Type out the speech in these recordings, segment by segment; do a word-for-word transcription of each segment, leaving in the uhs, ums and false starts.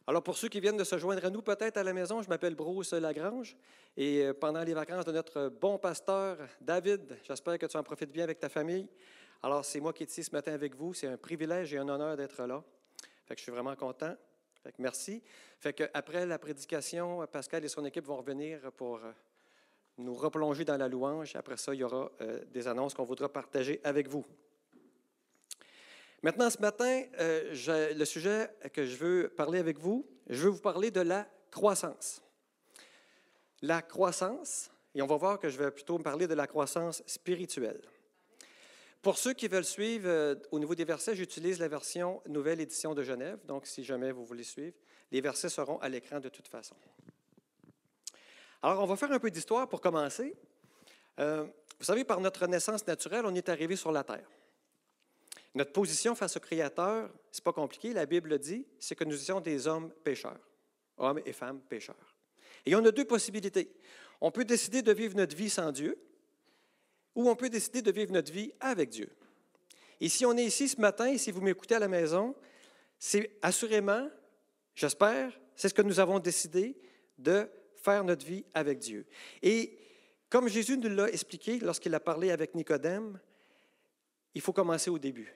Alors, pour ceux qui viennent de se joindre à nous, peut-être à la maison, je m'appelle Bruce Lagrange et euh, pendant les vacances de notre bon pasteur David, j'espère que tu en profites bien avec ta famille. Alors, c'est moi qui est ici ce matin avec vous. C'est un privilège et un honneur d'être là. Fait que je suis vraiment content. Fait que merci. Fait que après la prédication, Pascal et son équipe vont revenir pour euh, nous replonger dans la louange. Après ça, il y aura euh, des annonces qu'on voudra partager avec vous. Maintenant, ce matin, euh, je, le sujet que je veux parler avec vous, je veux vous parler de la croissance. La croissance, et on va voir que je vais plutôt me parler de la croissance spirituelle. Pour ceux qui veulent suivre, euh, au niveau des versets, j'utilise la version Nouvelle Édition de Genève, donc si jamais vous voulez suivre, les versets seront à l'écran de toute façon. Alors, on va faire un peu d'histoire pour commencer. Euh, vous savez, par notre naissance naturelle, on est arrivé sur la terre. Notre position face au Créateur, ce n'est pas compliqué, la Bible dit, c'est que nous étions des hommes pécheurs, hommes et femmes pécheurs. Et on a deux possibilités. On peut décider de vivre notre vie sans Dieu, ou on peut décider de vivre notre vie avec Dieu. Et si on est ici ce matin, et si vous m'écoutez à la maison, c'est assurément, j'espère, c'est ce que nous avons décidé de faire notre vie avec Dieu. Et comme Jésus nous l'a expliqué lorsqu'il a parlé avec Nicodème, il faut commencer au début.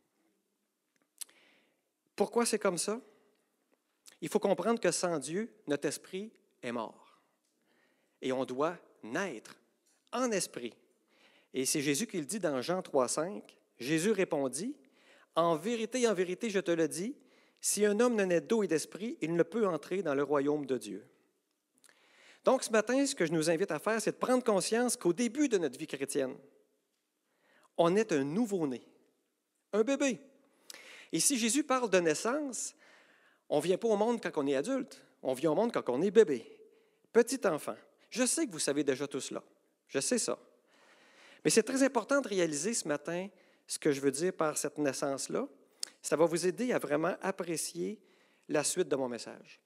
Pourquoi c'est comme ça? Il faut comprendre que sans Dieu, notre esprit est mort. Et on doit naître en esprit. Et c'est Jésus qui le dit dans Jean trois, cinq. Jésus répondit, « En vérité, en vérité, je te le dis, si un homme ne naît d'eau et d'esprit, il ne peut entrer dans le royaume de Dieu. » Donc ce matin, ce que je nous invite à faire, c'est de prendre conscience qu'au début de notre vie chrétienne, on est un nouveau-né, un bébé. Et si Jésus parle de naissance, on ne vient pas au monde quand on est adulte, on vient au monde quand on est bébé, petit enfant. Je sais que vous savez déjà tout cela, je sais ça. Mais c'est très important de réaliser ce matin ce que je veux dire par cette naissance-là. Ça va vous aider à vraiment apprécier la suite de mon message.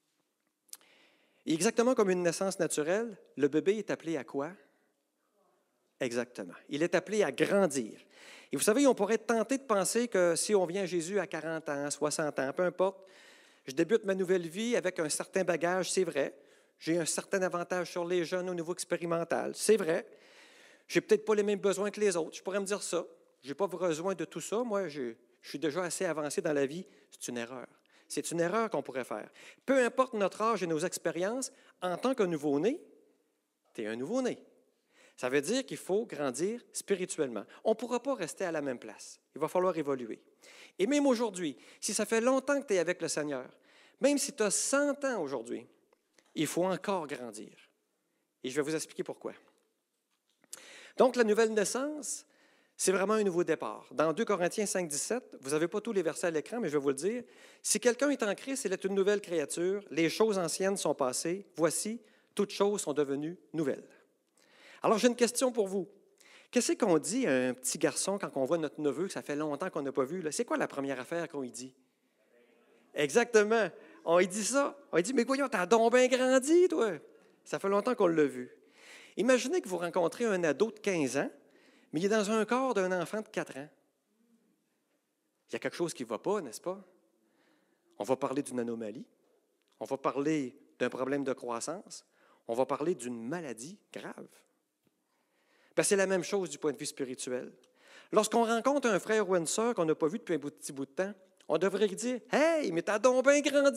Et exactement comme une naissance naturelle, le bébé est appelé à quoi? Exactement. Il est appelé à grandir. Et vous savez, on pourrait être tenté de penser que si on vient à Jésus à quarante ans, soixante ans, peu importe, je débute ma nouvelle vie avec un certain bagage, c'est vrai. J'ai un certain avantage sur les jeunes au niveau expérimental, c'est vrai. Je n'ai peut-être pas les mêmes besoins que les autres. Je pourrais me dire ça. Je n'ai pas besoin de tout ça. Moi, je, je suis déjà assez avancé dans la vie. C'est une erreur. C'est une erreur qu'on pourrait faire. Peu importe notre âge et nos expériences, en tant que nouveau-né, tu es un nouveau-né. Ça veut dire qu'il faut grandir spirituellement. On ne pourra pas rester à la même place. Il va falloir évoluer. Et même aujourd'hui, si ça fait longtemps que tu es avec le Seigneur, même si tu as cent ans aujourd'hui, il faut encore grandir. Et je vais vous expliquer pourquoi. Donc, la nouvelle naissance, c'est vraiment un nouveau départ. Dans deux Corinthiens cinq, dix-sept, vous n'avez pas tous les versets à l'écran, mais je vais vous le dire. Si quelqu'un est en Christ, il est une nouvelle créature. Les choses anciennes sont passées. Voici, toutes choses sont devenues nouvelles. Alors, j'ai une question pour vous. Qu'est-ce qu'on dit à un petit garçon quand on voit notre neveu, que ça fait longtemps qu'on n'a pas vu? Là? C'est quoi la première affaire qu'on lui dit? Exactement. On lui dit ça. On lui dit, mais voyons, t'as donc bien grandi, toi. Ça fait longtemps qu'on l'a vu. Imaginez que vous rencontrez un ado de quinze ans, mais il est dans un corps d'un enfant de quatre ans. Il y a quelque chose qui ne va pas, n'est-ce pas? On va parler d'une anomalie. On va parler d'un problème de croissance. On va parler d'une maladie grave. Ben, c'est la même chose du point de vue spirituel. Lorsqu'on rencontre un frère ou une sœur qu'on n'a pas vu depuis un petit bout de temps, on devrait dire « Hey, mais t'as donc bien grandi! »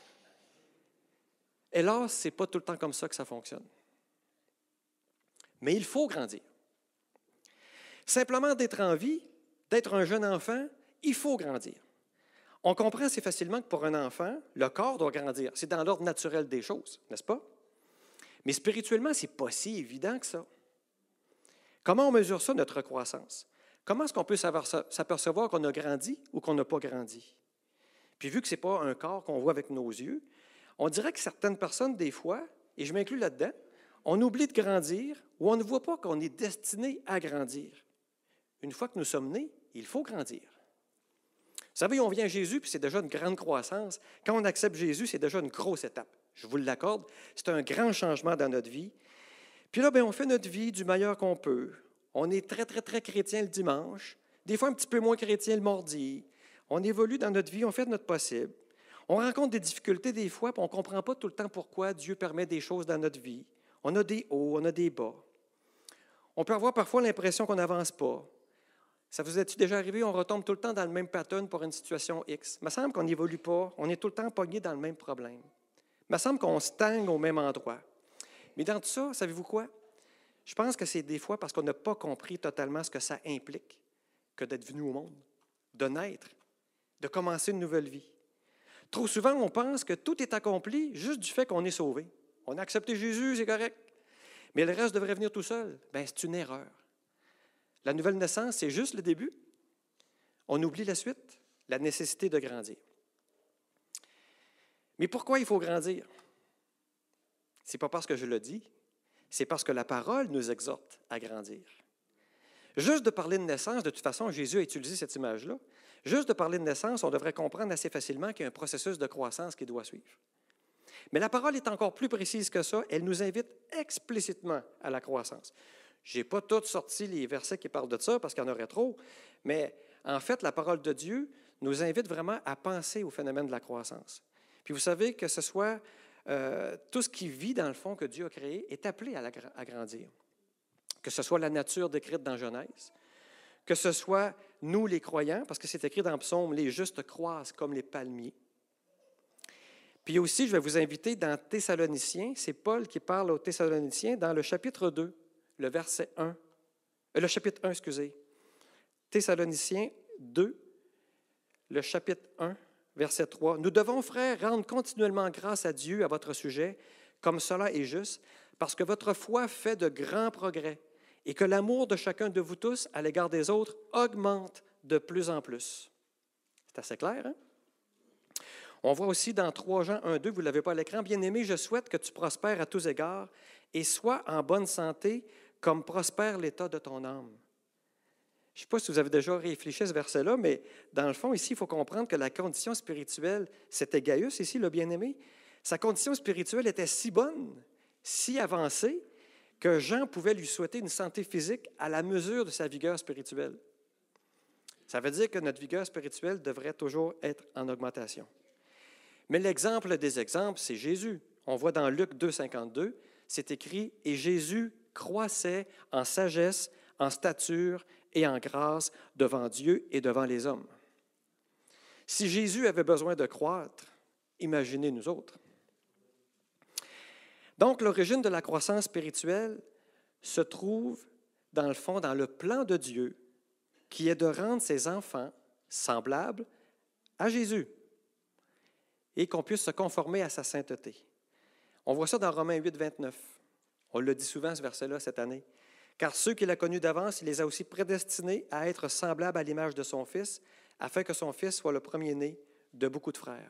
Hélas, ce n'est pas tout le temps comme ça que ça fonctionne. Mais il faut grandir. Simplement d'être en vie, d'être un jeune enfant, il faut grandir. On comprend assez facilement que pour un enfant, le corps doit grandir. C'est dans l'ordre naturel des choses, n'est-ce pas? Mais spirituellement, ce n'est pas si évident que ça. Comment on mesure ça, notre croissance? Comment est-ce qu'on peut savoir ça, s'apercevoir qu'on a grandi ou qu'on n'a pas grandi? Puis vu que ce n'est pas un corps qu'on voit avec nos yeux, on dirait que certaines personnes, des fois, et je m'inclus là-dedans, on oublie de grandir ou on ne voit pas qu'on est destiné à grandir. Une fois que nous sommes nés, il faut grandir. Vous savez, on vient à Jésus, puis c'est déjà une grande croissance. Quand on accepte Jésus, c'est déjà une grosse étape. Je vous l'accorde, c'est un grand changement dans notre vie. Puis là, bien, on fait notre vie du meilleur qu'on peut. On est très, très, très chrétien le dimanche, des fois un petit peu moins chrétien le mardi. On évolue dans notre vie, on fait de notre possible. On rencontre des difficultés des fois, puis on ne comprend pas tout le temps pourquoi Dieu permet des choses dans notre vie. On a des hauts, on a des bas. On peut avoir parfois l'impression qu'on n'avance pas. Ça vous est-il déjà arrivé? On retombe tout le temps dans le même pattern pour une situation X. Il me semble qu'on n'évolue pas. On est tout le temps pogné dans le même problème. Il me semble qu'on stagne au même endroit. Mais dans tout ça, savez-vous quoi? Je pense que c'est des fois parce qu'on n'a pas compris totalement ce que ça implique que d'être venu au monde, de naître, de commencer une nouvelle vie. Trop souvent, on pense que tout est accompli juste du fait qu'on est sauvé. On a accepté Jésus, c'est correct. Mais le reste devrait venir tout seul. Bien, c'est une erreur. La nouvelle naissance, c'est juste le début. On oublie la suite, la nécessité de grandir. Mais pourquoi il faut grandir? Ce n'est pas parce que je le dis, c'est parce que la parole nous exhorte à grandir. Juste de parler de naissance, de toute façon, Jésus a utilisé cette image-là. Juste de parler de naissance, on devrait comprendre assez facilement qu'il y a un processus de croissance qui doit suivre. Mais la parole est encore plus précise que ça. Elle nous invite explicitement à la croissance. Je n'ai pas toutes sorti les versets qui parlent de ça parce qu'il y en aurait trop, mais en fait, la parole de Dieu nous invite vraiment à penser au phénomène de la croissance. Puis vous savez que ce soit euh, tout ce qui vit dans le fond que Dieu a créé est appelé à, la, à grandir. Que ce soit la nature décrite dans Genèse, que ce soit nous les croyants, parce que c'est écrit dans Psaume, les justes croissent comme les palmiers. Puis aussi, je vais vous inviter dans Thessaloniciens, c'est Paul qui parle aux Thessaloniciens dans le chapitre deux, le verset un, euh, le chapitre un, excusez. Thessaloniciens deux, le chapitre un, verset trois. « Nous devons, frères, rendre continuellement grâce à Dieu à votre sujet, comme cela est juste, parce que votre foi fait de grands progrès et que l'amour de chacun de vous tous à l'égard des autres augmente de plus en plus. » C'est assez clair, hein? On voit aussi dans trois Jean un deux, vous ne l'avez pas à l'écran, « Bien-aimé, je souhaite que tu prospères à tous égards et sois en bonne santé comme prospère l'état de ton âme. » Je ne sais pas si vous avez déjà réfléchi à ce verset-là, mais dans le fond, ici, il faut comprendre que la condition spirituelle, c'était Gaius, ici, le bien-aimé, sa condition spirituelle était si bonne, si avancée, que Jean pouvait lui souhaiter une santé physique à la mesure de sa vigueur spirituelle. Ça veut dire que notre vigueur spirituelle devrait toujours être en augmentation. Mais l'exemple des exemples, c'est Jésus. On voit dans Luc deux, cinquante-deux, c'est écrit « Et Jésus croissait en sagesse, en stature et en grâce devant Dieu et devant les hommes. » Si Jésus avait besoin de croître, imaginez nous autres. Donc, l'origine de la croissance spirituelle se trouve, dans le fond, dans le plan de Dieu, qui est de rendre ses enfants semblables à Jésus et qu'on puisse se conformer à sa sainteté. On voit ça dans Romains huit, vingt-neuf. On le dit souvent, ce verset-là, cette année. « Car ceux qu'il a connus d'avance, il les a aussi prédestinés à être semblables à l'image de son Fils, afin que son Fils soit le premier-né de beaucoup de frères. »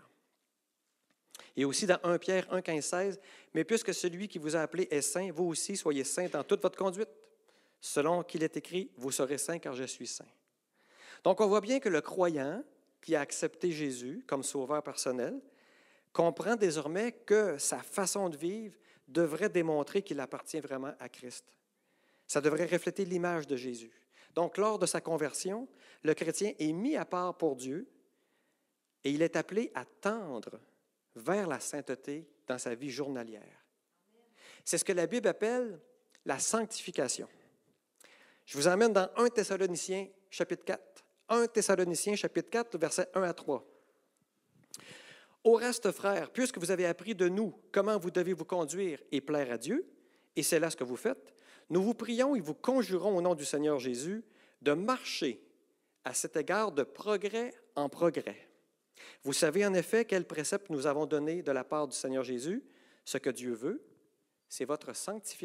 Et aussi dans un Pierre un, quinze, seize, « Mais puisque celui qui vous a appelé est saint, vous aussi soyez saints dans toute votre conduite. Selon qu'il est écrit, vous serez saints car je suis saint. » Donc, on voit bien que le croyant qui a accepté Jésus comme sauveur personnel comprend désormais que sa façon de vivre devrait démontrer qu'il appartient vraiment à Christ. Ça devrait refléter l'image de Jésus. Donc, lors de sa conversion, le chrétien est mis à part pour Dieu et il est appelé à tendre vers la sainteté dans sa vie journalière. C'est ce que la Bible appelle la sanctification. Je vous emmène dans un Thessaloniciens, chapitre quatre. un Thessaloniciens, chapitre quatre, versets un à trois. « Au reste, frères, puisque vous avez appris de nous comment vous devez vous conduire et plaire à Dieu, et c'est là ce que vous faites, nous vous prions et vous conjurons au nom du Seigneur Jésus de marcher à cet égard de progrès en progrès. Vous savez en effet quels préceptes nous avons donnés de la part du Seigneur Jésus. Ce que Dieu veut, c'est votre sanctification. »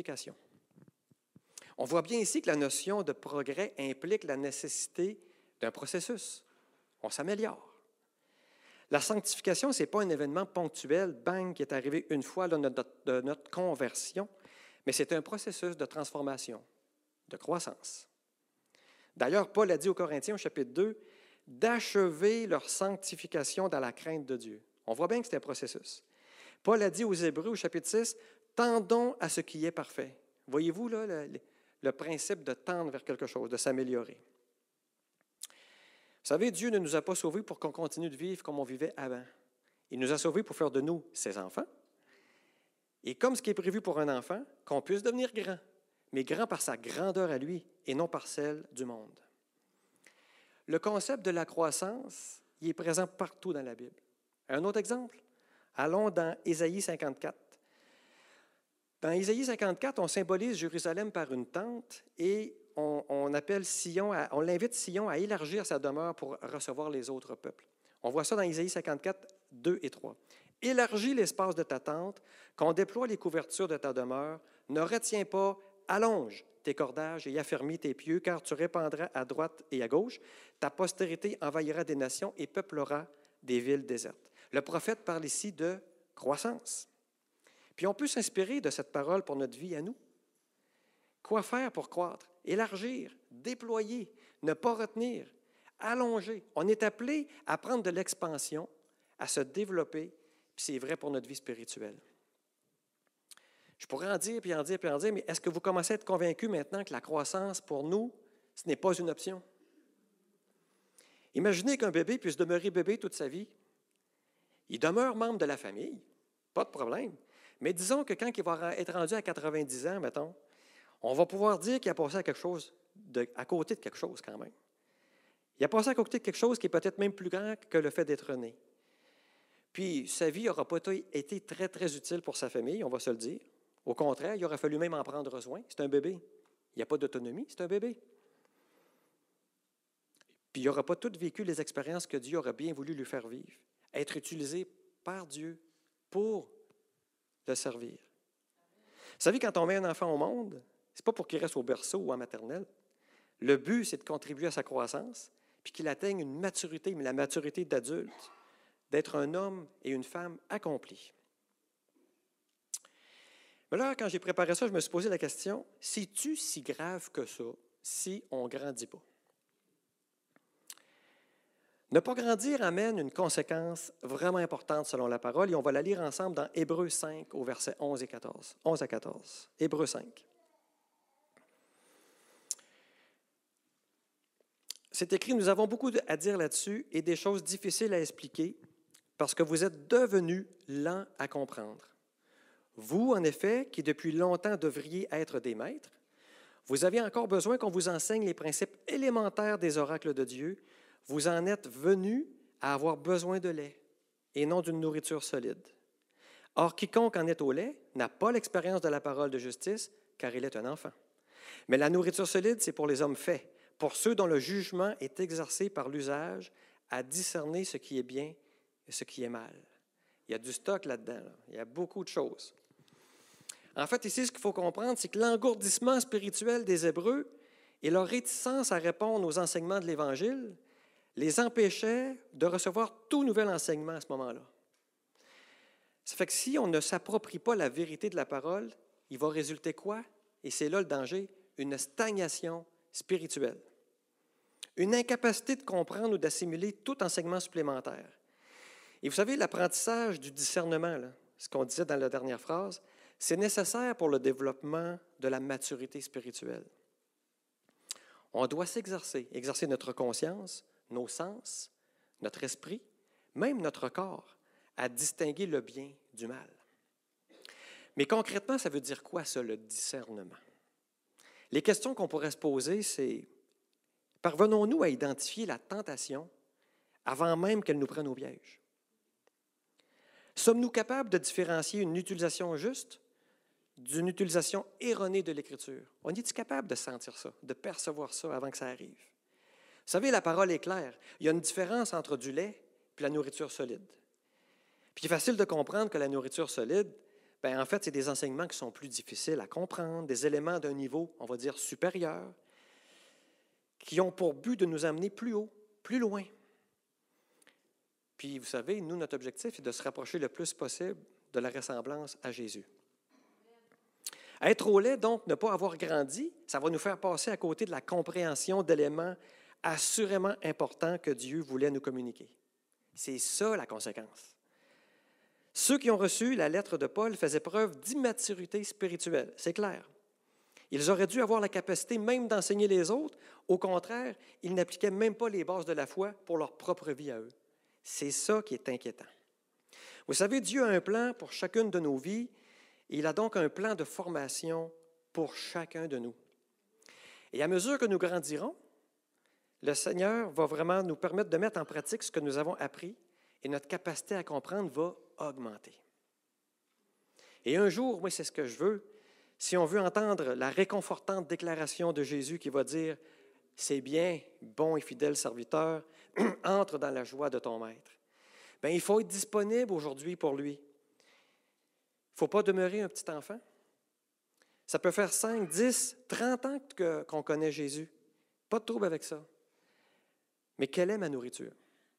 On voit bien ici que la notion de progrès implique la nécessité d'un processus. On s'améliore. La sanctification, ce n'est pas un événement ponctuel, bang, qui est arrivé une fois lors de notre, de notre conversion, mais c'est un processus de transformation, de croissance. D'ailleurs, Paul a dit aux Corinthiens au chapitre deux, d'achever leur sanctification dans la crainte de Dieu. On voit bien que c'est un processus. Paul a dit aux Hébreux au chapitre six, tendons à ce qui est parfait. Voyez-vous là, le, le principe de tendre vers quelque chose, de s'améliorer. Vous savez, Dieu ne nous a pas sauvés pour qu'on continue de vivre comme on vivait avant. Il nous a sauvés pour faire de nous ses enfants. Et comme ce qui est prévu pour un enfant, qu'on puisse devenir grand, mais grand par sa grandeur à lui et non par celle du monde. Le concept de la croissance, il est présent partout dans la Bible. Un autre exemple, allons dans Ésaïe cinquante-quatre. Dans Ésaïe cinquante-quatre, on symbolise Jérusalem par une tente et on, on appelle Sion, à, on l'invite Sion à élargir sa demeure pour recevoir les autres peuples. On voit ça dans Ésaïe cinquante-quatre, deux et trois. « Élargis l'espace de ta tente, qu'on déploie les couvertures de ta demeure, ne retiens pas, allonge tes cordages et affermis tes pieux, car tu répandras à droite et à gauche. Ta postérité envahira des nations et peuplera des villes désertes. » Le prophète parle ici de croissance. Puis on peut s'inspirer de cette parole pour notre vie à nous. Quoi faire pour croître? Élargir, déployer, ne pas retenir, allonger. On est appelé à prendre de l'expansion, à se développer, puis c'est vrai pour notre vie spirituelle. Je pourrais en dire, puis en dire, puis en dire, mais est-ce que vous commencez à être convaincus maintenant que la croissance, pour nous, ce n'est pas une option? Imaginez qu'un bébé puisse demeurer bébé toute sa vie. Il demeure membre de la famille, pas de problème. Mais disons que quand il va être rendu à quatre-vingt-dix ans, mettons, on va pouvoir dire qu'il a passé à quelque chose, de, à côté de quelque chose quand même. Il a passé à côté de quelque chose qui est peut-être même plus grand que le fait d'être né. Puis sa vie n'aura pas été très, très utile pour sa famille, on va se le dire. Au contraire, il aurait fallu même en prendre soin. C'est un bébé. Il n'y a pas d'autonomie, c'est un bébé. Puis il n'aura pas tout vécu les expériences que Dieu aurait bien voulu lui faire vivre. Être utilisé par Dieu pour le servir. Vous savez, quand on met un enfant au monde, ce n'est pas pour qu'il reste au berceau ou en maternelle. Le but, c'est de contribuer à sa croissance, puis qu'il atteigne une maturité, mais la maturité d'adulte, d'être un homme et une femme accomplis. Mais là, quand j'ai préparé ça, je me suis posé la question, c'est-tu si grave que ça si on ne grandit pas? Ne pas grandir amène une conséquence vraiment importante selon la parole, et on va la lire ensemble dans Hébreux cinq, au verset onze et quatorze. onze à quatorze. Hébreux cinq. C'est écrit, nous avons beaucoup à dire là-dessus et des choses difficiles à expliquer parce que vous êtes devenus lents à comprendre. Vous, en effet, qui depuis longtemps devriez être des maîtres, vous avez encore besoin qu'on vous enseigne les principes élémentaires des oracles de Dieu. Vous en êtes venus à avoir besoin de lait et non d'une nourriture solide. Or, quiconque en est au lait n'a pas l'expérience de la parole de justice, car il est un enfant. Mais la nourriture solide, c'est pour les hommes faits, pour ceux dont le jugement est exercé par l'usage à discerner ce qui est bien et ce qui est mal. Il y a du stock là-dedans, là. Il y a beaucoup de choses. En fait, ici, ce qu'il faut comprendre, c'est que l'engourdissement spirituel des Hébreux et leur réticence à répondre aux enseignements de l'Évangile les empêchait de recevoir tout nouvel enseignement à ce moment-là. Ça fait que si on ne s'approprie pas la vérité de la parole, il va résulter quoi? Et c'est là le danger, une stagnation spirituelle. Une incapacité de comprendre ou d'assimiler tout enseignement supplémentaire. Et vous savez, l'apprentissage du discernement, là, ce qu'on disait dans la dernière phrase, c'est nécessaire pour le développement de la maturité spirituelle. On doit s'exercer, exercer notre conscience, nos sens, notre esprit, même notre corps, à distinguer le bien du mal. Mais concrètement, ça veut dire quoi, ça, le discernement? Les questions qu'on pourrait se poser, c'est, parvenons-nous à identifier la tentation avant même qu'elle nous prenne au piège? Sommes-nous capables de différencier une utilisation juste d'une utilisation erronée de l'Écriture? On est-tu capable de sentir ça, de percevoir ça avant que ça arrive? Vous savez, la parole est claire. Il y a une différence entre du lait et la nourriture solide. Puis il est facile de comprendre que la nourriture solide, bien, en fait, c'est des enseignements qui sont plus difficiles à comprendre, des éléments d'un niveau, on va dire, supérieur, qui ont pour but de nous amener plus haut, plus loin. Puis, vous savez, nous, notre objectif est de se rapprocher le plus possible de la ressemblance à Jésus. Être au lait, donc, ne pas avoir grandi, ça va nous faire passer à côté de la compréhension d'éléments assurément importants que Dieu voulait nous communiquer. C'est ça la conséquence. Ceux qui ont reçu la lettre de Paul faisaient preuve d'immaturité spirituelle, c'est clair. Ils auraient dû avoir la capacité même d'enseigner les autres. Au contraire, ils n'appliquaient même pas les bases de la foi pour leur propre vie à eux. C'est ça qui est inquiétant. Vous savez, Dieu a un plan pour chacune de nos vies, et il a donc un plan de formation pour chacun de nous. Et à mesure que nous grandirons, le Seigneur va vraiment nous permettre de mettre en pratique ce que nous avons appris, et notre capacité à comprendre va augmenter. Et un jour, moi, c'est ce que je veux, si on veut entendre la réconfortante déclaration de Jésus qui va dire « C'est bien, bon et fidèle serviteur, entre dans la joie de ton maître », bien, il faut être disponible aujourd'hui pour lui. Il ne faut pas demeurer un petit enfant. Ça peut faire cinq, dix, trente ans que, qu'on connaît Jésus. Pas de trouble avec ça. Mais quelle est ma nourriture?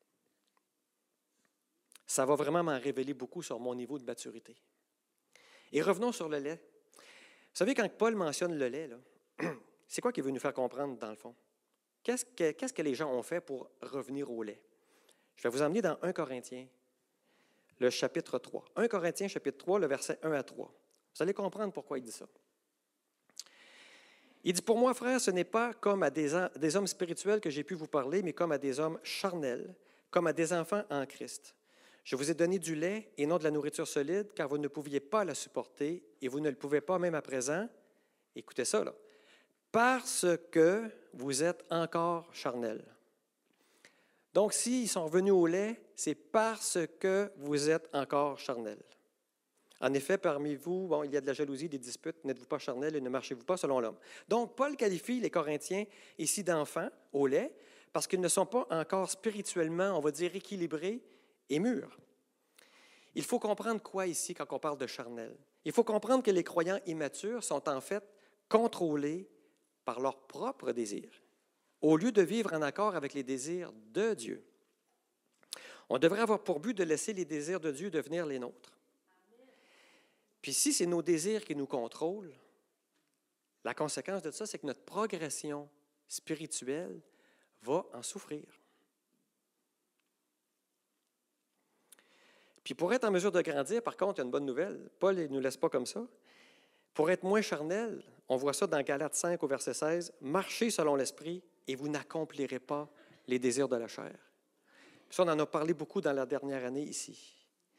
Ça va vraiment m'en révéler beaucoup sur mon niveau de maturité. Et revenons sur le lait. Vous savez, quand Paul mentionne le lait, là, c'est quoi qu'il veut nous faire comprendre dans le fond? Qu'est-ce que, qu'est-ce que les gens ont fait pour revenir au lait? Je vais vous emmener dans un Corinthiens, le chapitre trois. un Corinthiens, chapitre trois, le verset un à trois. Vous allez comprendre pourquoi il dit ça. Il dit, « Pour moi, frère, ce n'est pas comme à des, des hommes spirituels que j'ai pu vous parler, mais comme à des hommes charnels, comme à des enfants en Christ. Je vous ai donné du lait et non de la nourriture solide, car vous ne pouviez pas la supporter, et vous ne le pouvez pas même à présent. » Écoutez ça, là. « Parce que vous êtes encore charnels. » Donc, s'ils sont revenus au lait, c'est parce que vous êtes encore charnels. En effet, parmi vous, bon, il y a de la jalousie, des disputes, n'êtes-vous pas charnels et ne marchez-vous pas selon l'homme. Donc, Paul qualifie les Corinthiens ici d'enfants au lait parce qu'ils ne sont pas encore spirituellement, on va dire, équilibrés et mûrs. Il faut comprendre quoi ici quand on parle de charnel? Il faut comprendre que les croyants immatures sont en fait contrôlés par leurs propres désirs, au lieu de vivre en accord avec les désirs de Dieu. On devrait avoir pour but de laisser les désirs de Dieu devenir les nôtres. Puis si c'est nos désirs qui nous contrôlent, la conséquence de ça, c'est que notre progression spirituelle va en souffrir. Puis pour être en mesure de grandir, par contre, il y a une bonne nouvelle. Paul ne nous laisse pas comme ça. Pour être moins charnel, on voit ça dans Galates cinq au verset seize, « Marchez selon l'esprit et vous n'accomplirez pas les désirs de la chair. » Ça, on en a parlé beaucoup dans la dernière année ici.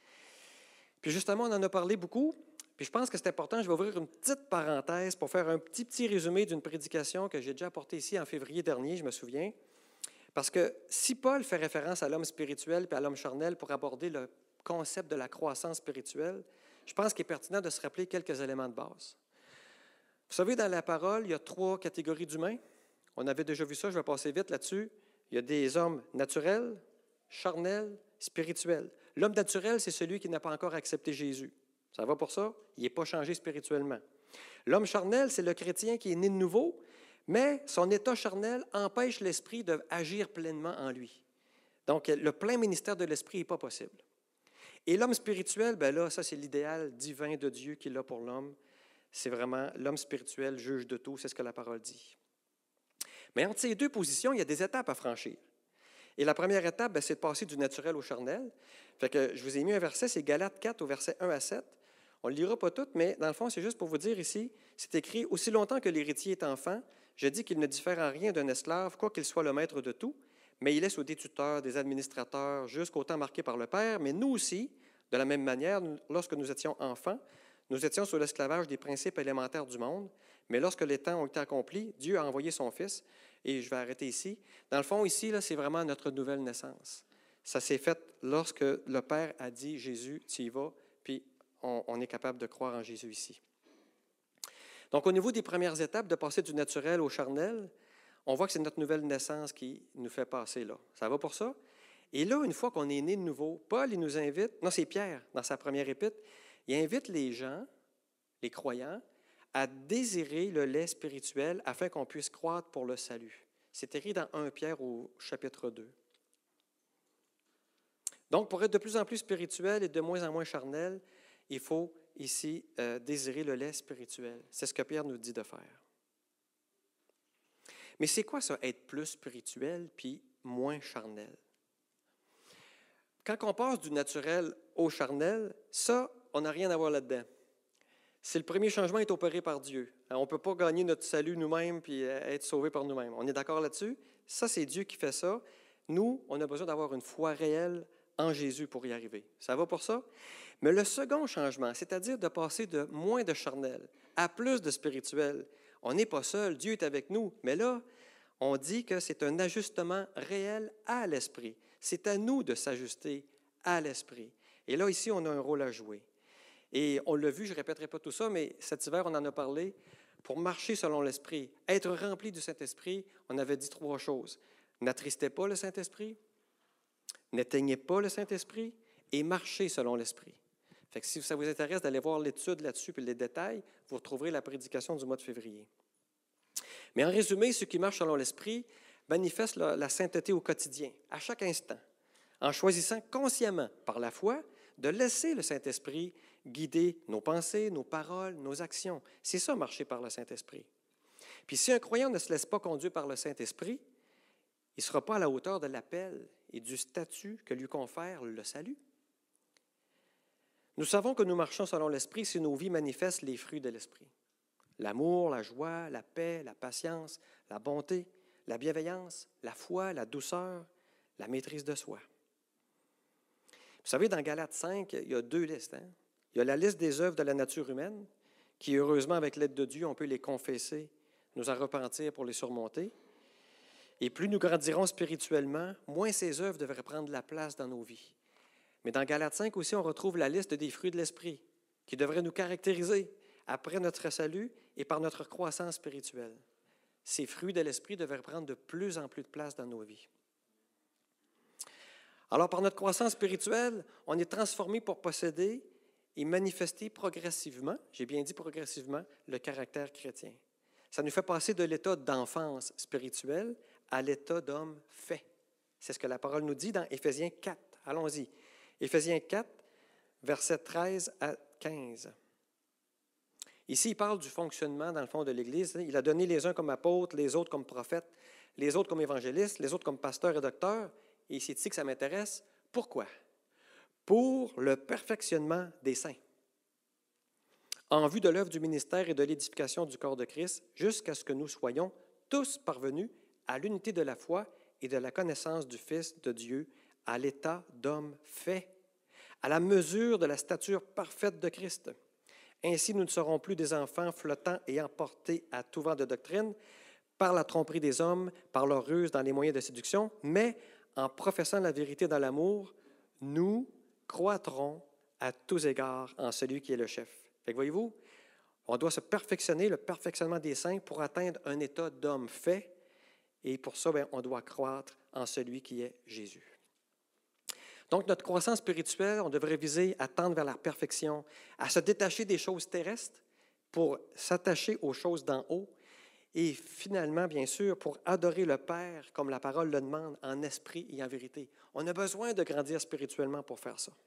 Puis justement, on en a parlé beaucoup, puis je pense que c'est important, je vais ouvrir une petite parenthèse pour faire un petit, petit résumé d'une prédication que j'ai déjà apportée ici en février dernier, je me souviens. Parce que si Paul fait référence à l'homme spirituel et à l'homme charnel pour aborder le concept de la croissance spirituelle, je pense qu'il est pertinent de se rappeler quelques éléments de base. Vous savez, dans la parole, il y a trois catégories d'humains. On avait déjà vu ça, je vais passer vite là-dessus. Il y a des hommes naturels, charnels, spirituels. L'homme naturel, c'est celui qui n'a pas encore accepté Jésus. Ça va pour ça? Il n'est pas changé spirituellement. L'homme charnel, c'est le chrétien qui est né de nouveau, mais son état charnel empêche l'esprit d'agir pleinement en lui. Donc, le plein ministère de l'esprit n'est pas possible. Et l'homme spirituel, bien là, ça c'est l'idéal divin de Dieu qu'il a pour l'homme. C'est vraiment l'homme spirituel, juge de tout, c'est ce que la parole dit. Mais entre ces deux positions, il y a des étapes à franchir. Et la première étape, bien, c'est de passer du naturel au charnel. Fait que je vous ai mis un verset, c'est Galates quatre au verset un à sept. On ne le lira pas tout, mais dans le fond, c'est juste pour vous dire ici, c'est écrit « Aussi longtemps que l'héritier est enfant, je dis qu'il ne diffère en rien d'un esclave, quoi qu'il soit le maître de tout, mais il est sous des tuteurs, des administrateurs, jusqu'au temps marqué par le Père. Mais nous aussi, de la même manière, lorsque nous étions enfants, nous étions sous l'esclavage des principes élémentaires du monde. Mais lorsque les temps ont été accomplis, Dieu a envoyé son Fils. » Et je vais arrêter ici. Dans le fond, ici, là, c'est vraiment notre nouvelle naissance. Ça s'est fait lorsque le Père a dit « Jésus, tu y vas », puis on, on est capable de croire en Jésus ici. Donc, au niveau des premières étapes, de passer du naturel au charnel, on voit que c'est notre nouvelle naissance qui nous fait passer là. Ça va pour ça? Et là, une fois qu'on est né de nouveau, Paul, il nous invite, non, c'est Pierre, dans sa première épître, il invite les gens, les croyants, à désirer le lait spirituel afin qu'on puisse croître pour le salut. C'est écrit dans premier Pierre au chapitre deux. Donc, pour être de plus en plus spirituel et de moins en moins charnel, il faut ici euh, désirer le lait spirituel. C'est ce que Pierre nous dit de faire. Mais c'est quoi ça, être plus spirituel puis moins charnel? Quand on passe du naturel au charnel, ça, on n'a rien à voir là-dedans. C'est le premier changement est opéré par Dieu. On ne peut pas gagner notre salut nous-mêmes puis être sauvés par nous-mêmes. On est d'accord là-dessus? Ça, c'est Dieu qui fait ça. Nous, on a besoin d'avoir une foi réelle en Jésus pour y arriver. Ça va pour ça? Mais le second changement, c'est-à-dire de passer de moins de charnel à plus de spirituel, on n'est pas seul, Dieu est avec nous. Mais là, on dit que c'est un ajustement réel à l'esprit. C'est à nous de s'ajuster à l'esprit. Et là, ici, on a un rôle à jouer. Et on l'a vu, je ne répéterai pas tout ça, mais cet hiver, on en a parlé. Pour marcher selon l'Esprit, être rempli du Saint-Esprit, on avait dit trois choses. N'attristez pas le Saint-Esprit, n'éteignez pas le Saint-Esprit et marchez selon l'Esprit. Fait que si ça vous intéresse d'aller voir l'étude là-dessus et les détails, vous retrouverez la prédication du mois de février. Mais en résumé, ceux qui marchent selon l'Esprit manifestent la, la sainteté au quotidien, à chaque instant, en choisissant consciemment, par la foi, de laisser le Saint-Esprit guider nos pensées, nos paroles, nos actions. C'est ça, marcher par le Saint-Esprit. Puis si un croyant ne se laisse pas conduire par le Saint-Esprit, il ne sera pas à la hauteur de l'appel et du statut que lui confère le salut. Nous savons que nous marchons selon l'Esprit si nos vies manifestent les fruits de l'Esprit. L'amour, la joie, la paix, la patience, la bonté, la bienveillance, la foi, la douceur, la maîtrise de soi. Vous savez, dans Galates cinq, il y a deux listes. Hein? Il y a la liste des œuvres de la nature humaine, qui, heureusement, avec l'aide de Dieu, on peut les confesser, nous en repentir pour les surmonter. Et plus nous grandirons spirituellement, moins ces œuvres devraient prendre de la place dans nos vies. Mais dans Galates cinq aussi, on retrouve la liste des fruits de l'Esprit, qui devraient nous caractériser après notre salut et par notre croissance spirituelle. Ces fruits de l'Esprit devraient prendre de plus en plus de place dans nos vies. Alors, par notre croissance spirituelle, on est transformé pour posséder et manifester progressivement, j'ai bien dit progressivement, le caractère chrétien. Ça nous fait passer de l'état d'enfance spirituelle à l'état d'homme fait. C'est ce que la parole nous dit dans Éphésiens quatre. Allons-y. Éphésiens quatre, versets treize à quinze. Ici, il parle du fonctionnement, dans le fond, de l'Église. Il a donné les uns comme apôtres, les autres comme prophètes, les autres comme évangélistes, les autres comme pasteurs et docteurs. Et c'est ici que ça m'intéresse. Pourquoi? Pour le perfectionnement des saints, en vue de l'œuvre du ministère et de l'édification du corps de Christ, jusqu'à ce que nous soyons tous parvenus à l'unité de la foi et de la connaissance du Fils de Dieu, à l'état d'homme fait, à la mesure de la stature parfaite de Christ. Ainsi, nous ne serons plus des enfants flottants et emportés à tout vent de doctrine, par la tromperie des hommes, par leur ruse dans les moyens de séduction, mais en professant la vérité dans l'amour, nous croîtrons à tous égards en celui qui est le chef. Fait que voyez-vous, on doit se perfectionner, le perfectionnement des saints, pour atteindre un état d'homme fait, et pour ça, bien, on doit croître en celui qui est Jésus. Donc, notre croissance spirituelle, on devrait viser à tendre vers la perfection, à se détacher des choses terrestres pour s'attacher aux choses d'en haut, et finalement, bien sûr, pour adorer le Père, comme la parole le demande, en esprit et en vérité. On a besoin de grandir spirituellement pour faire ça.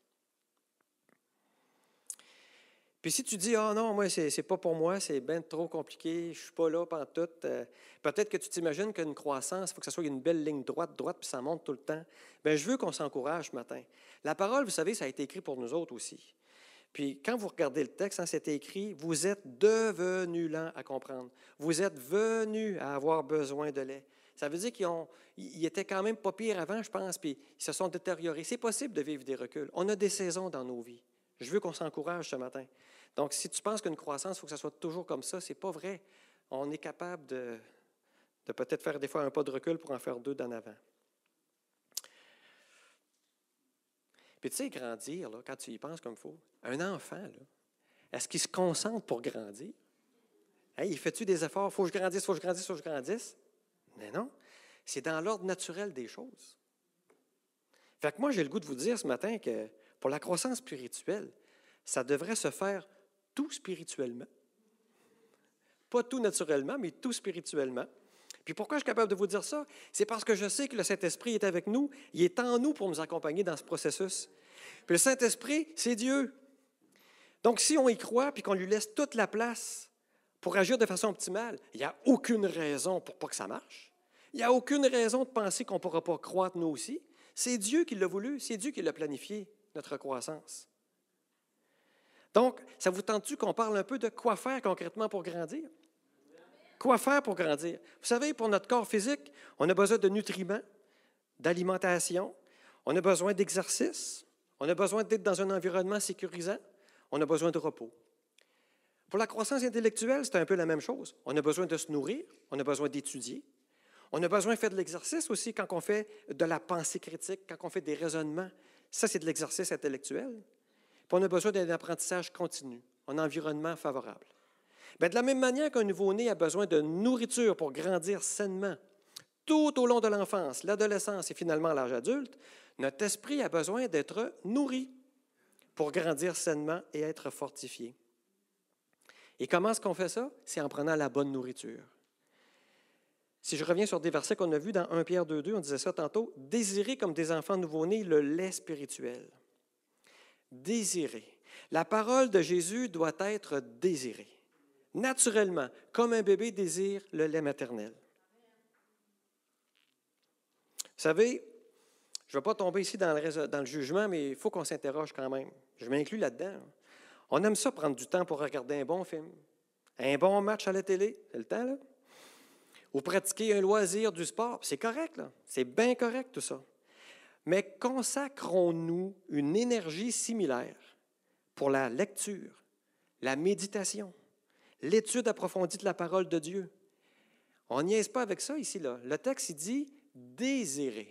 Puis si tu dis, « Ah oh non, moi, c'est, c'est pas pour moi, c'est bien trop compliqué, je ne suis pas là pantoute. Euh, » Peut-être que tu t'imagines qu'une croissance, il faut que ce soit une belle ligne droite, droite, puis ça monte tout le temps. Bien, je veux qu'on s'encourage ce matin. La parole, vous savez, ça a été écrit pour nous autres aussi. Puis quand vous regardez le texte, hein, c'est écrit, « Vous êtes devenus lents à comprendre. Vous êtes venus à avoir besoin de lait. » Ça veut dire qu'ils ont, ils étaient quand même pas pires avant, je pense, puis ils se sont détériorés. C'est possible de vivre des reculs. On a des saisons dans nos vies. Je veux qu'on s'encourage ce matin. Donc, si tu penses qu'une croissance, il faut que ça soit toujours comme ça, c'est pas vrai. On est capable de, de peut-être faire des fois un pas de recul pour en faire deux d'en avant. Puis tu sais, grandir, là, quand tu y penses comme il faut, un enfant, là, est-ce qu'il se concentre pour grandir? Hey, il fait-tu des efforts? Il faut que je grandisse, il faut que je grandisse, il faut que je grandisse? Mais non, c'est dans l'ordre naturel des choses. Fait que moi, j'ai le goût de vous dire ce matin que pour la croissance spirituelle, ça devrait se faire tout spirituellement. Pas tout naturellement, mais tout spirituellement. Puis pourquoi je suis capable de vous dire ça? C'est parce que je sais que le Saint-Esprit est avec nous. Il est en nous pour nous accompagner dans ce processus. Puis le Saint-Esprit, c'est Dieu. Donc, si on y croit puis qu'on lui laisse toute la place pour agir de façon optimale, il n'y a aucune raison pour pas que ça marche. Il n'y a aucune raison de penser qu'on ne pourra pas croître nous aussi. C'est Dieu qui l'a voulu, c'est Dieu qui l'a planifié, notre croissance. Donc, ça vous tente-tu qu'on parle un peu de quoi faire concrètement pour grandir? Quoi faire pour grandir? Vous savez, pour notre corps physique, on a besoin de nutriments, d'alimentation. On a besoin d'exercice. On a besoin d'être dans un environnement sécurisant. On a besoin de repos. Pour la croissance intellectuelle, c'est un peu la même chose. On a besoin de se nourrir. On a besoin d'étudier. On a besoin de faire de l'exercice aussi quand on fait de la pensée critique, quand on fait des raisonnements. Ça, c'est de l'exercice intellectuel. Puis on a besoin d'un apprentissage continu, un environnement favorable. Bien, de la même manière qu'un nouveau-né a besoin de nourriture pour grandir sainement, tout au long de l'enfance, l'adolescence et finalement l'âge adulte, notre esprit a besoin d'être nourri pour grandir sainement et être fortifié. Et comment est-ce qu'on fait ça? C'est en prenant la bonne nourriture. Si je reviens sur des versets qu'on a vus dans Première Pierre deux deux, on disait ça tantôt, « Désirez comme des enfants nouveau-nés le lait spirituel. » Désirer. La parole de Jésus doit être désirée. Naturellement, comme un bébé désire le lait maternel. Vous savez, je ne vais pas tomber ici dans le, dans le jugement, mais il faut qu'on s'interroge quand même. Je m'inclus là-dedans. On aime ça prendre du temps pour regarder un bon film, un bon match à la télé, c'est le temps, là. Ou pratiquer un loisir, du sport, c'est correct, là. C'est bien correct tout ça. Mais consacrons-nous une énergie similaire pour la lecture, la méditation, l'étude approfondie de la parole de Dieu? On n'y est pas avec ça ici, là. Le texte, il dit « désirer ».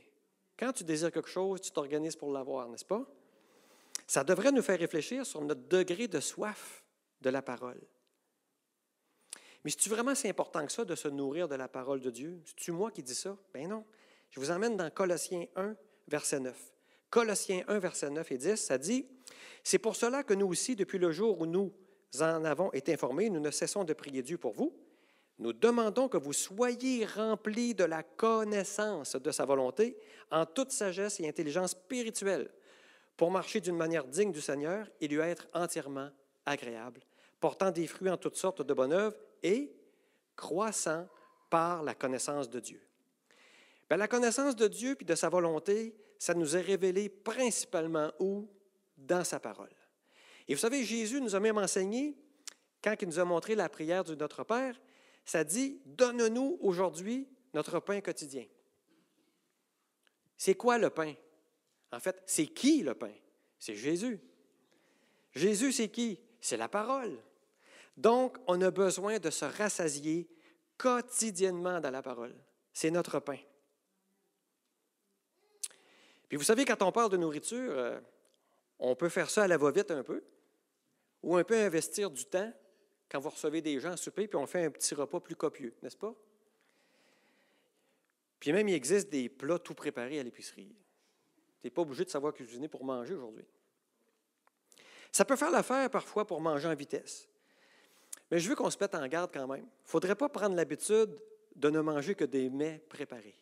Quand tu désires quelque chose, tu t'organises pour l'avoir, n'est-ce pas? Ça devrait nous faire réfléchir sur notre degré de soif de la parole. Mais c'est-tu vraiment si important que ça de se nourrir de la parole de Dieu? C'est-tu moi qui dis ça? Ben non. Je vous emmène dans Colossiens un, verset neuf. Colossiens un, verset neuf et dix, ça dit « C'est pour cela que nous aussi, depuis le jour où nous en avons été informés, nous ne cessons de prier Dieu pour vous. Nous demandons que vous soyez remplis de la connaissance de sa volonté en toute sagesse et intelligence spirituelle pour marcher d'une manière digne du Seigneur et lui être entièrement agréable, portant des fruits en toutes sortes de bonnes œuvres et croissant par la connaissance de Dieu. » Bien, la connaissance de Dieu puis de sa volonté, ça nous est révélé principalement où? Dans sa parole. Et vous savez, Jésus nous a même enseigné, quand il nous a montré la prière du Notre Père, ça dit « Donne-nous aujourd'hui notre pain quotidien. » C'est quoi le pain? En fait, c'est qui le pain? C'est Jésus. Jésus, c'est qui? C'est la parole. Donc, on a besoin de se rassasier quotidiennement dans la parole. C'est notre pain. Puis vous savez, quand on parle de nourriture, euh, on peut faire ça à la va-vite un peu, ou un peu investir du temps quand vous recevez des gens à souper, puis on fait un petit repas plus copieux, n'est-ce pas? Puis même, il existe des plats tout préparés à l'épicerie. Tu n'es pas obligé de savoir cuisiner pour manger aujourd'hui. Ça peut faire l'affaire parfois pour manger en vitesse. Mais je veux qu'on se mette en garde quand même. Il ne faudrait pas prendre l'habitude de ne manger que des mets préparés.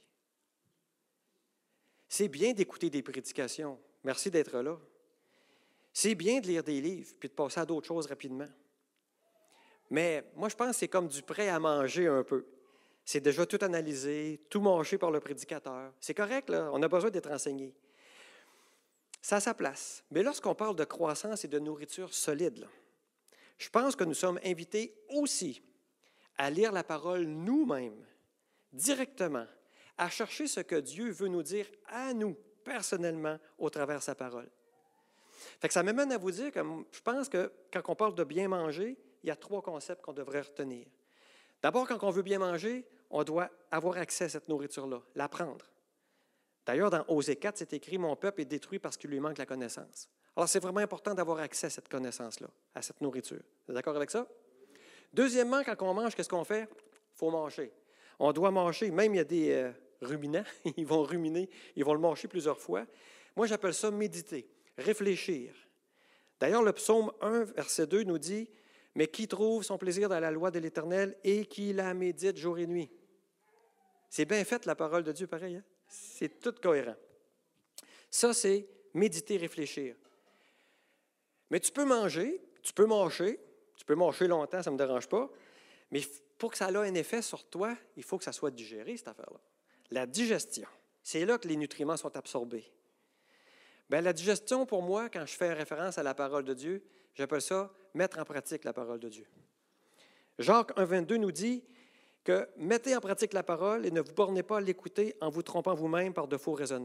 C'est bien d'écouter des prédications. Merci d'être là. C'est bien de lire des livres puis de passer à d'autres choses rapidement. Mais moi, je pense que c'est comme du prêt à manger un peu. C'est déjà tout analysé, tout mangé par le prédicateur. C'est correct, là. On a besoin d'être enseigné. Ça a sa place. Mais lorsqu'on parle de croissance et de nourriture solide, là, je pense que nous sommes invités aussi à lire la parole nous-mêmes, directement, à chercher ce que Dieu veut nous dire à nous, personnellement, au travers de sa parole. Fait que ça m'amène à vous dire que je pense que quand on parle de bien manger, il y a trois concepts qu'on devrait retenir. D'abord, quand on veut bien manger, on doit avoir accès à cette nourriture-là, l'apprendre. D'ailleurs, dans Osée quatre, c'est écrit « Mon peuple est détruit parce qu'il lui manque la connaissance ». Alors, c'est vraiment important d'avoir accès à cette connaissance-là, à cette nourriture. Vous êtes d'accord avec ça? Deuxièmement, quand on mange, qu'est-ce qu'on fait? Il faut manger. On doit manger. Même il y a des euh, ruminants, ils vont ruminer, ils vont le manger plusieurs fois. Moi, j'appelle ça méditer, réfléchir. D'ailleurs, le psaume un, verset deux nous dit « Mais qui trouve son plaisir dans la loi de l'Éternel et qui la médite jour et nuit? » C'est bien fait, la parole de Dieu, pareil. Hein? C'est tout cohérent. Ça, c'est méditer, réfléchir. Mais tu peux manger, tu peux mâcher, tu peux mâcher longtemps, ça ne me dérange pas, mais pour que ça ait un effet sur toi, il faut que ça soit digéré, cette affaire-là. La digestion, c'est là que les nutriments sont absorbés. Bien, la digestion, pour moi, quand je fais référence à la parole de Dieu, j'appelle ça mettre en pratique la parole de Dieu. Jacques un, vingt-deux nous dit que mettez en pratique la parole et ne vous bornez pas à l'écouter en vous trompant vous-même par de faux raisonnements.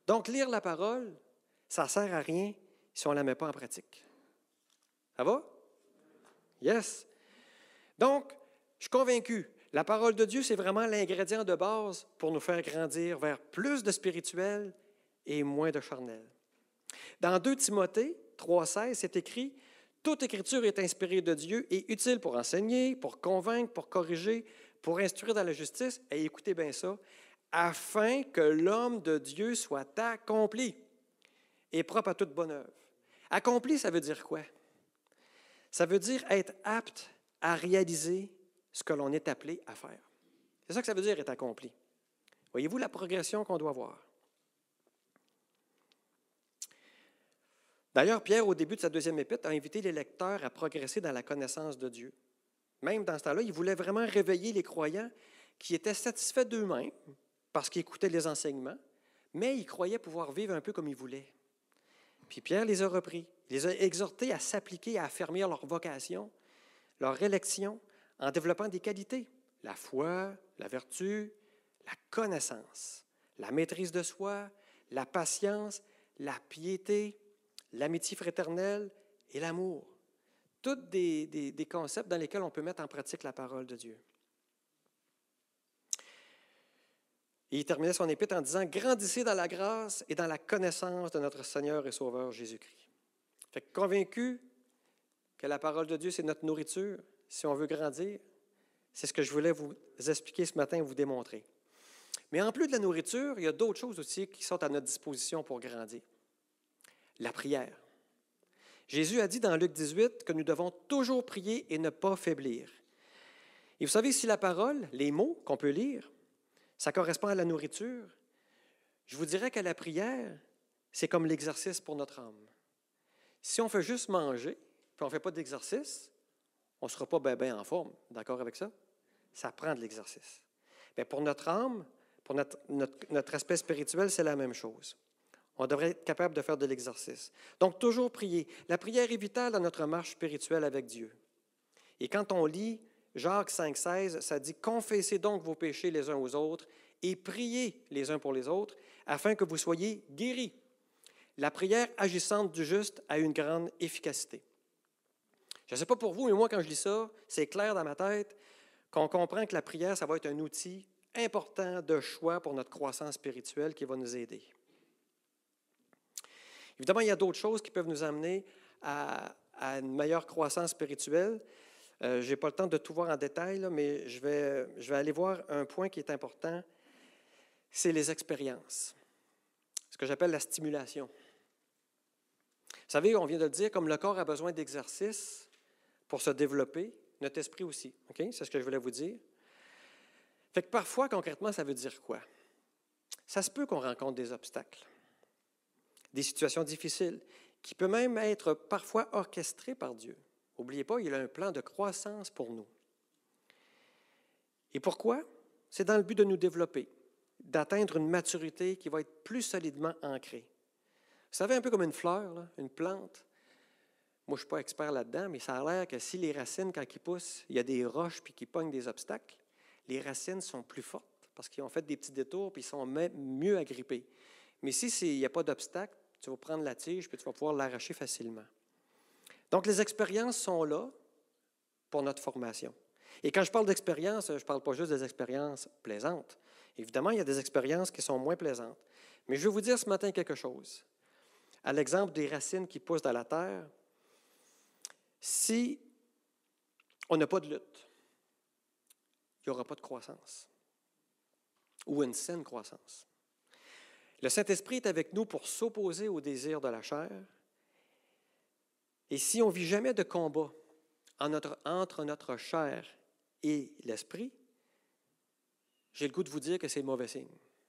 Donc, lire la parole, ça ne sert à rien si on ne la met pas en pratique. Ça va? Yes. Donc, je suis convaincu, la parole de Dieu, c'est vraiment l'ingrédient de base pour nous faire grandir vers plus de spirituel et moins de charnel. Dans deux Timothée trois seize, c'est écrit « Toute écriture est inspirée de Dieu et utile pour enseigner, pour convaincre, pour corriger, pour instruire dans la justice. » Et écoutez bien ça, « afin que l'homme de Dieu soit accompli et propre à toute bonne œuvre. » Accompli, ça veut dire quoi? Ça veut dire être apte à réaliser ce que l'on est appelé à faire. C'est ça que ça veut dire être accompli. Voyez-vous la progression qu'on doit avoir? D'ailleurs, Pierre, au début de sa deuxième épître, a invité les lecteurs à progresser dans la connaissance de Dieu. Même dans ce temps-là, il voulait vraiment réveiller les croyants qui étaient satisfaits d'eux-mêmes parce qu'ils écoutaient les enseignements, mais ils croyaient pouvoir vivre un peu comme ils voulaient. Puis Pierre les a repris. Il les a exhortés à s'appliquer, à affermir leur vocation, leur élection, en développant des qualités, la foi, la vertu, la connaissance, la maîtrise de soi, la patience, la piété, l'amitié fraternelle et l'amour. Tous des, des, des concepts dans lesquels on peut mettre en pratique la parole de Dieu. Et il terminait son épître en disant « Grandissez dans la grâce et dans la connaissance de notre Seigneur et Sauveur Jésus-Christ. » Fait que convaincu que la parole de Dieu, c'est notre nourriture, si on veut grandir, c'est ce que je voulais vous expliquer ce matin et vous démontrer. Mais en plus de la nourriture, il y a d'autres choses aussi qui sont à notre disposition pour grandir. La prière. Jésus a dit dans Luc dix-huit que nous devons toujours prier et ne pas faiblir. Et vous savez, si la parole, les mots qu'on peut lire, ça correspond à la nourriture, je vous dirais que la prière, c'est comme l'exercice pour notre âme. Si on fait juste manger, puis on ne fait pas d'exercice, on ne sera pas bien ben en forme. D'accord avec ça? Ça prend de l'exercice. Bien, pour notre âme, pour notre, notre, notre aspect spirituel, c'est la même chose. On devrait être capable de faire de l'exercice. Donc, toujours prier. La prière est vitale dans notre marche spirituelle avec Dieu. Et quand on lit Jacques cinq seize, ça dit « Confessez donc vos péchés les uns aux autres et priez les uns pour les autres, afin que vous soyez guéris. » La prière agissante du juste a une grande efficacité. Je ne sais pas pour vous, mais moi, quand je lis ça, c'est clair dans ma tête qu'on comprend que la prière, ça va être un outil important de choix pour notre croissance spirituelle qui va nous aider. Évidemment, il y a d'autres choses qui peuvent nous amener à, à une meilleure croissance spirituelle. Euh, je n'ai pas le temps de tout voir en détail, là, mais je vais, je vais aller voir un point qui est important, c'est les expériences, ce que j'appelle la stimulation. Vous savez, on vient de le dire, comme le corps a besoin d'exercice pour se développer, notre esprit aussi. Okay? C'est ce que je voulais vous dire. Fait que parfois, concrètement, ça veut dire quoi? Ça se peut qu'on rencontre des obstacles, des situations difficiles, qui peuvent même être parfois orchestrées par Dieu. N'oubliez pas, il a un plan de croissance pour nous. Et pourquoi? C'est dans le but de nous développer, d'atteindre une maturité qui va être plus solidement ancrée. Vous savez, un peu comme une fleur, là, une plante. Moi, je ne suis pas expert là-dedans, mais ça a l'air que si les racines, quand ils poussent, il y a des roches puis qu'ils pognent des obstacles, les racines sont plus fortes parce qu'ils ont fait des petits détours puis ils sont mieux agrippés. Mais si il n'y a pas d'obstacle, tu vas prendre la tige puis tu vas pouvoir l'arracher facilement. Donc, les expériences sont là pour notre formation. Et quand je parle d'expérience, je ne parle pas juste des expériences plaisantes. Évidemment, il y a des expériences qui sont moins plaisantes. Mais je vais vous dire ce matin quelque chose. À l'exemple des racines qui poussent dans la terre, si on n'a pas de lutte, il n'y aura pas de croissance ou une saine croissance. Le Saint-Esprit est avec nous pour s'opposer aux désirs de la chair. Et si on ne vit jamais de combat en notre, entre notre chair et l'esprit, j'ai le goût de vous dire que c'est mauvais signe.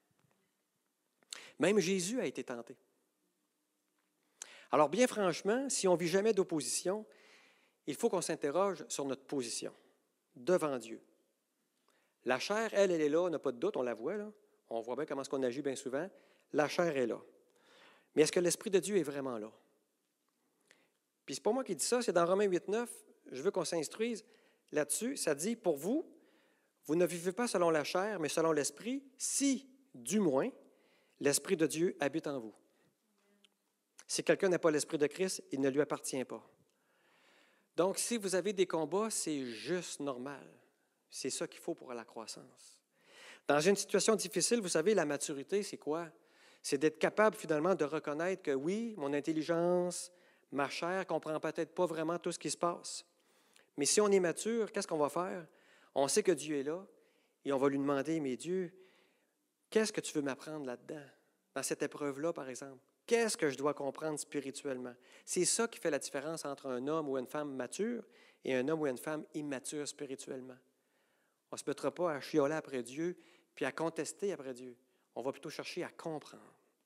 Même Jésus a été tenté. Alors, bien franchement, si on ne vit jamais d'opposition, il faut qu'on s'interroge sur notre position devant Dieu. La chair, elle, elle est là, on n'a pas de doute, on la voit, là. On voit bien comment est-ce qu'on agit bien souvent. La chair est là. Mais est-ce que l'Esprit de Dieu est vraiment là? Puis c'est pas moi qui dis ça, c'est dans Romains huit neuf, je veux qu'on s'instruise là-dessus. Ça dit, pour vous, vous ne vivez pas selon la chair, mais selon l'Esprit, si, du moins, l'Esprit de Dieu habite en vous. Si quelqu'un n'a pas l'Esprit de Christ, il ne lui appartient pas. Donc, si vous avez des combats, c'est juste normal. C'est ça qu'il faut pour la croissance. Dans une situation difficile, vous savez, la maturité, c'est quoi? C'est d'être capable finalement de reconnaître que oui, mon intelligence, ma chair ne comprend peut-être pas vraiment tout ce qui se passe. Mais si on est mature, qu'est-ce qu'on va faire? On sait que Dieu est là et on va lui demander, mais Dieu, qu'est-ce que tu veux m'apprendre là-dedans? Dans cette épreuve-là, par exemple. Qu'est-ce que je dois comprendre spirituellement? C'est ça qui fait la différence entre un homme ou une femme mature et un homme ou une femme immature spirituellement. On ne se mettra pas à chioler après Dieu puis à contester après Dieu. On va plutôt chercher à comprendre.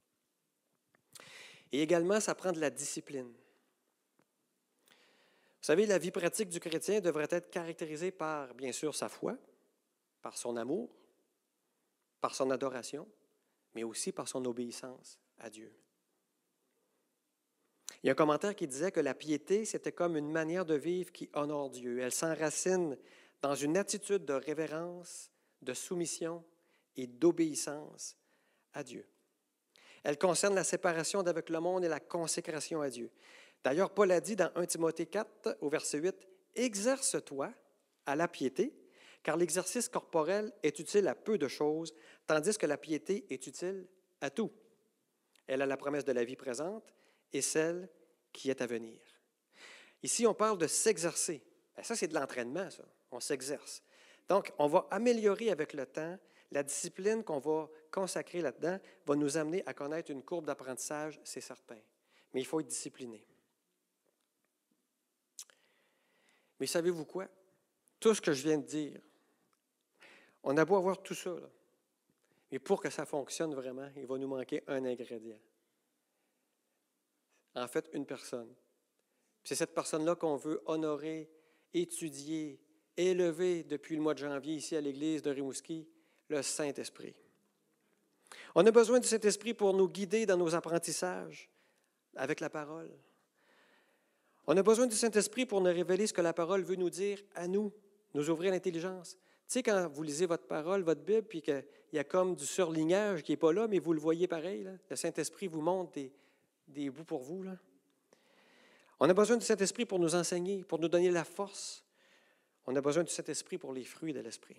Et également, ça prend de la discipline. Vous savez, la vie pratique du chrétien devrait être caractérisée par, bien sûr, sa foi, par son amour, par son adoration, mais aussi par son obéissance à Dieu. Il y a un commentaire qui disait que la piété, c'était comme une manière de vivre qui honore Dieu. Elle s'enracine dans une attitude de révérence, de soumission et d'obéissance à Dieu. Elle concerne la séparation d'avec le monde et la consécration à Dieu. D'ailleurs, Paul a dit dans premier Timothée quatre, au verset huit, « Exerce-toi à la piété, car l'exercice corporel est utile à peu de choses, tandis que la piété est utile à tout. Elle a la promesse de la vie présente et celle qui est à venir. » Ici, on parle de s'exercer. Bien, ça, c'est de l'entraînement, ça. On s'exerce. Donc, on va améliorer avec le temps. La discipline qu'on va consacrer là-dedans va nous amener à connaître une courbe d'apprentissage, c'est certain. Mais il faut être discipliné. Mais savez-vous quoi? Tout ce que je viens de dire, on a beau avoir tout ça, là, mais pour que ça fonctionne vraiment, il va nous manquer un ingrédient. En fait, une personne. C'est cette personne-là qu'on veut honorer, étudier, élever depuis le mois de janvier ici à l'église de Rimouski, le Saint-Esprit. On a besoin du Saint-Esprit pour nous guider dans nos apprentissages avec la parole. On a besoin du Saint-Esprit pour nous révéler ce que la parole veut nous dire à nous, nous ouvrir l'intelligence. Tu sais, quand vous lisez votre parole, votre Bible, puis qu'il y a comme du surlignage qui n'est pas là, mais vous le voyez pareil, là, le Saint-Esprit vous montre des, des bouts pour vous. Là. On a besoin du Saint-Esprit pour nous enseigner, pour nous donner la force. On a besoin du Saint-Esprit pour les fruits de l'Esprit.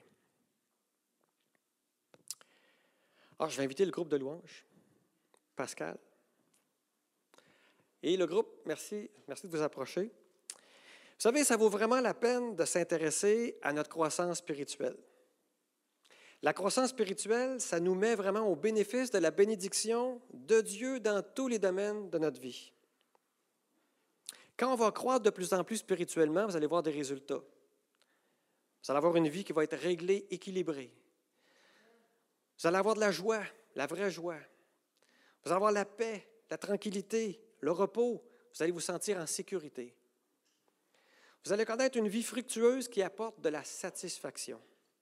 Alors, je vais inviter le groupe de louanges, Pascal. Et le groupe, merci, merci de vous approcher. Vous savez, ça vaut vraiment la peine de s'intéresser à notre croissance spirituelle. La croissance spirituelle, ça nous met vraiment au bénéfice de la bénédiction de Dieu dans tous les domaines de notre vie. Quand on va croître de plus en plus spirituellement, vous allez voir des résultats. Vous allez avoir une vie qui va être réglée, équilibrée. Vous allez avoir de la joie, la vraie joie. Vous allez avoir la paix, la tranquillité, le repos. Vous allez vous sentir en sécurité. Vous allez connaître une vie fructueuse qui apporte de la satisfaction.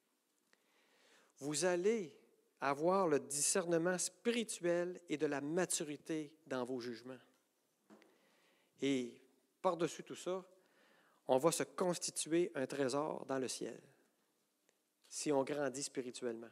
Vous allez avoir le discernement spirituel et de la maturité dans vos jugements. Et par-dessus tout ça, on va se constituer un trésor dans le ciel si on grandit spirituellement.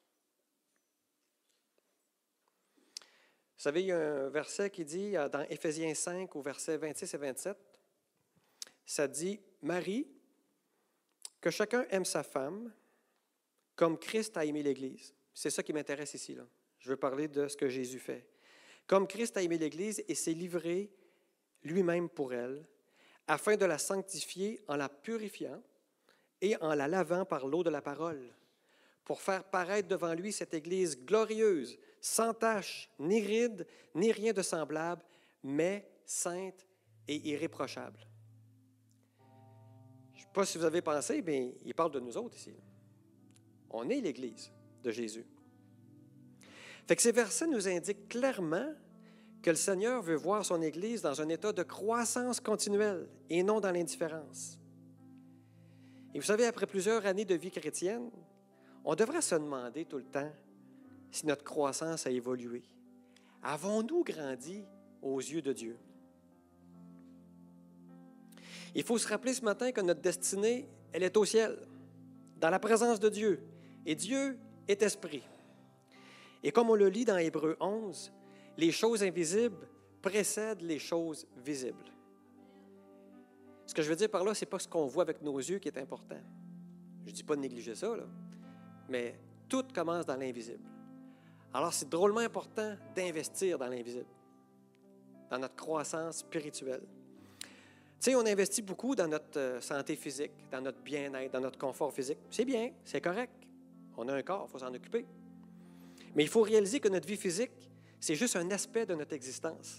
Vous savez, il y a un verset qui dit, dans Éphésiens cinq, au verset vingt-six et vingt-sept, ça dit, « Marie, que chacun aime sa femme comme Christ a aimé l'Église. » C'est ça qui m'intéresse ici, là. Je veux parler de ce que Jésus fait. « Comme Christ a aimé l'Église et s'est livré lui-même pour elle, afin de la sanctifier en la purifiant et en la lavant par l'eau de la parole, pour faire paraître devant lui cette Église glorieuse, sans tache, ni ride, ni rien de semblable, mais sainte et irréprochable. » Je ne sais pas si vous avez pensé, mais il parle de nous autres ici. On est l'Église de Jésus. Fait que ces versets nous indiquent clairement que le Seigneur veut voir son Église dans un état de croissance continuelle et non dans l'indifférence. Et vous savez, après plusieurs années de vie chrétienne, on devrait se demander tout le temps si notre croissance a évolué. Avons-nous grandi aux yeux de Dieu? Il faut se rappeler ce matin que notre destinée, elle est au ciel, dans la présence de Dieu. Et Dieu est esprit. Et comme on le lit dans Hébreux onze, les choses invisibles précèdent les choses visibles. Ce que je veux dire par là, ce n'est pas ce qu'on voit avec nos yeux qui est important. Je ne dis pas de négliger ça, là, mais tout commence dans l'invisible. Alors, c'est drôlement important d'investir dans l'invisible, dans notre croissance spirituelle. Tu sais, on investit beaucoup dans notre santé physique, dans notre bien-être, dans notre confort physique. C'est bien, c'est correct. On a un corps, il faut s'en occuper. Mais il faut réaliser que notre vie physique, c'est juste un aspect de notre existence.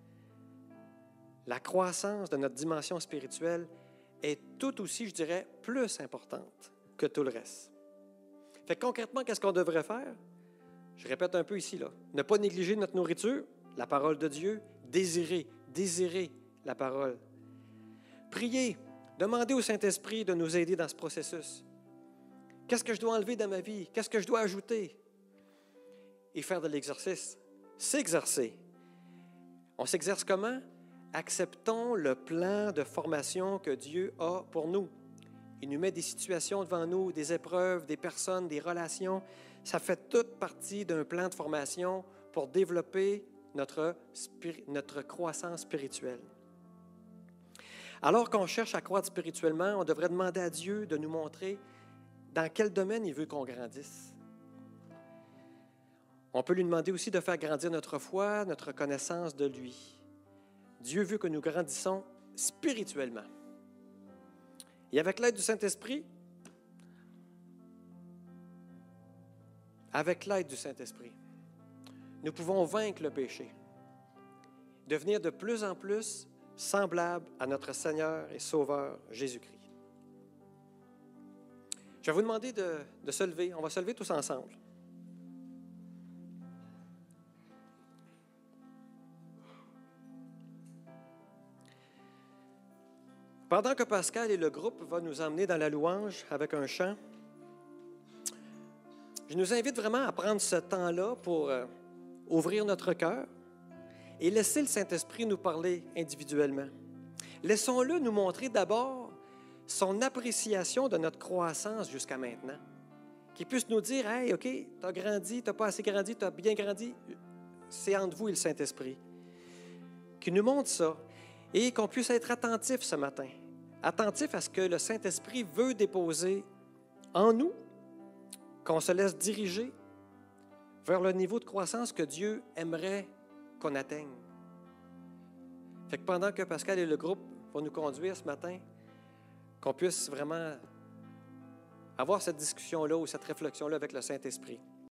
La croissance de notre dimension spirituelle est tout aussi, je dirais, plus importante que tout le reste. Fait que concrètement, qu'est-ce qu'on devrait faire? Je répète un peu ici, là. Ne pas négliger notre nourriture, la parole de Dieu, désirer, désirer la parole. Prier, demander au Saint-Esprit de nous aider dans ce processus. Qu'est-ce que je dois enlever dans ma vie? Qu'est-ce que je dois ajouter? Et faire de l'exercice. S'exercer. On s'exerce comment? Acceptons le plan de formation que Dieu a pour nous. Il nous met des situations devant nous, des épreuves, des personnes, des relations. Ça fait toute partie d'un plan de formation pour développer notre, notre croissance spirituelle. Alors qu'on cherche à croître spirituellement, on devrait demander à Dieu de nous montrer dans quel domaine il veut qu'on grandisse. On peut lui demander aussi de faire grandir notre foi, notre connaissance de lui. Dieu veut que nous grandissons spirituellement. Et avec l'aide du Saint-Esprit, avec l'aide du Saint-Esprit, nous pouvons vaincre le péché, devenir de plus en plus semblables à notre Seigneur et Sauveur Jésus-Christ. Je vais vous demander de, de se lever. On va se lever tous ensemble. Pendant que Pascal et le groupe vont nous emmener dans la louange avec un chant, je nous invite vraiment à prendre ce temps-là pour euh, ouvrir notre cœur et laisser le Saint-Esprit nous parler individuellement. Laissons-le nous montrer d'abord son appréciation de notre croissance jusqu'à maintenant. Qu'il puisse nous dire, « Hey, OK, tu as grandi, tu n'as pas assez grandi, tu as bien grandi. » C'est entre vous et le Saint-Esprit. Qu'il nous montre ça et qu'on puisse être attentif ce matin. Attentif à ce que le Saint-Esprit veut déposer en nous, qu'on se laisse diriger vers le niveau de croissance que Dieu aimerait qu'on atteigne. Fait que pendant que Pascal et le groupe vont nous conduire ce matin, qu'on puisse vraiment avoir cette discussion-là ou cette réflexion-là avec le Saint-Esprit.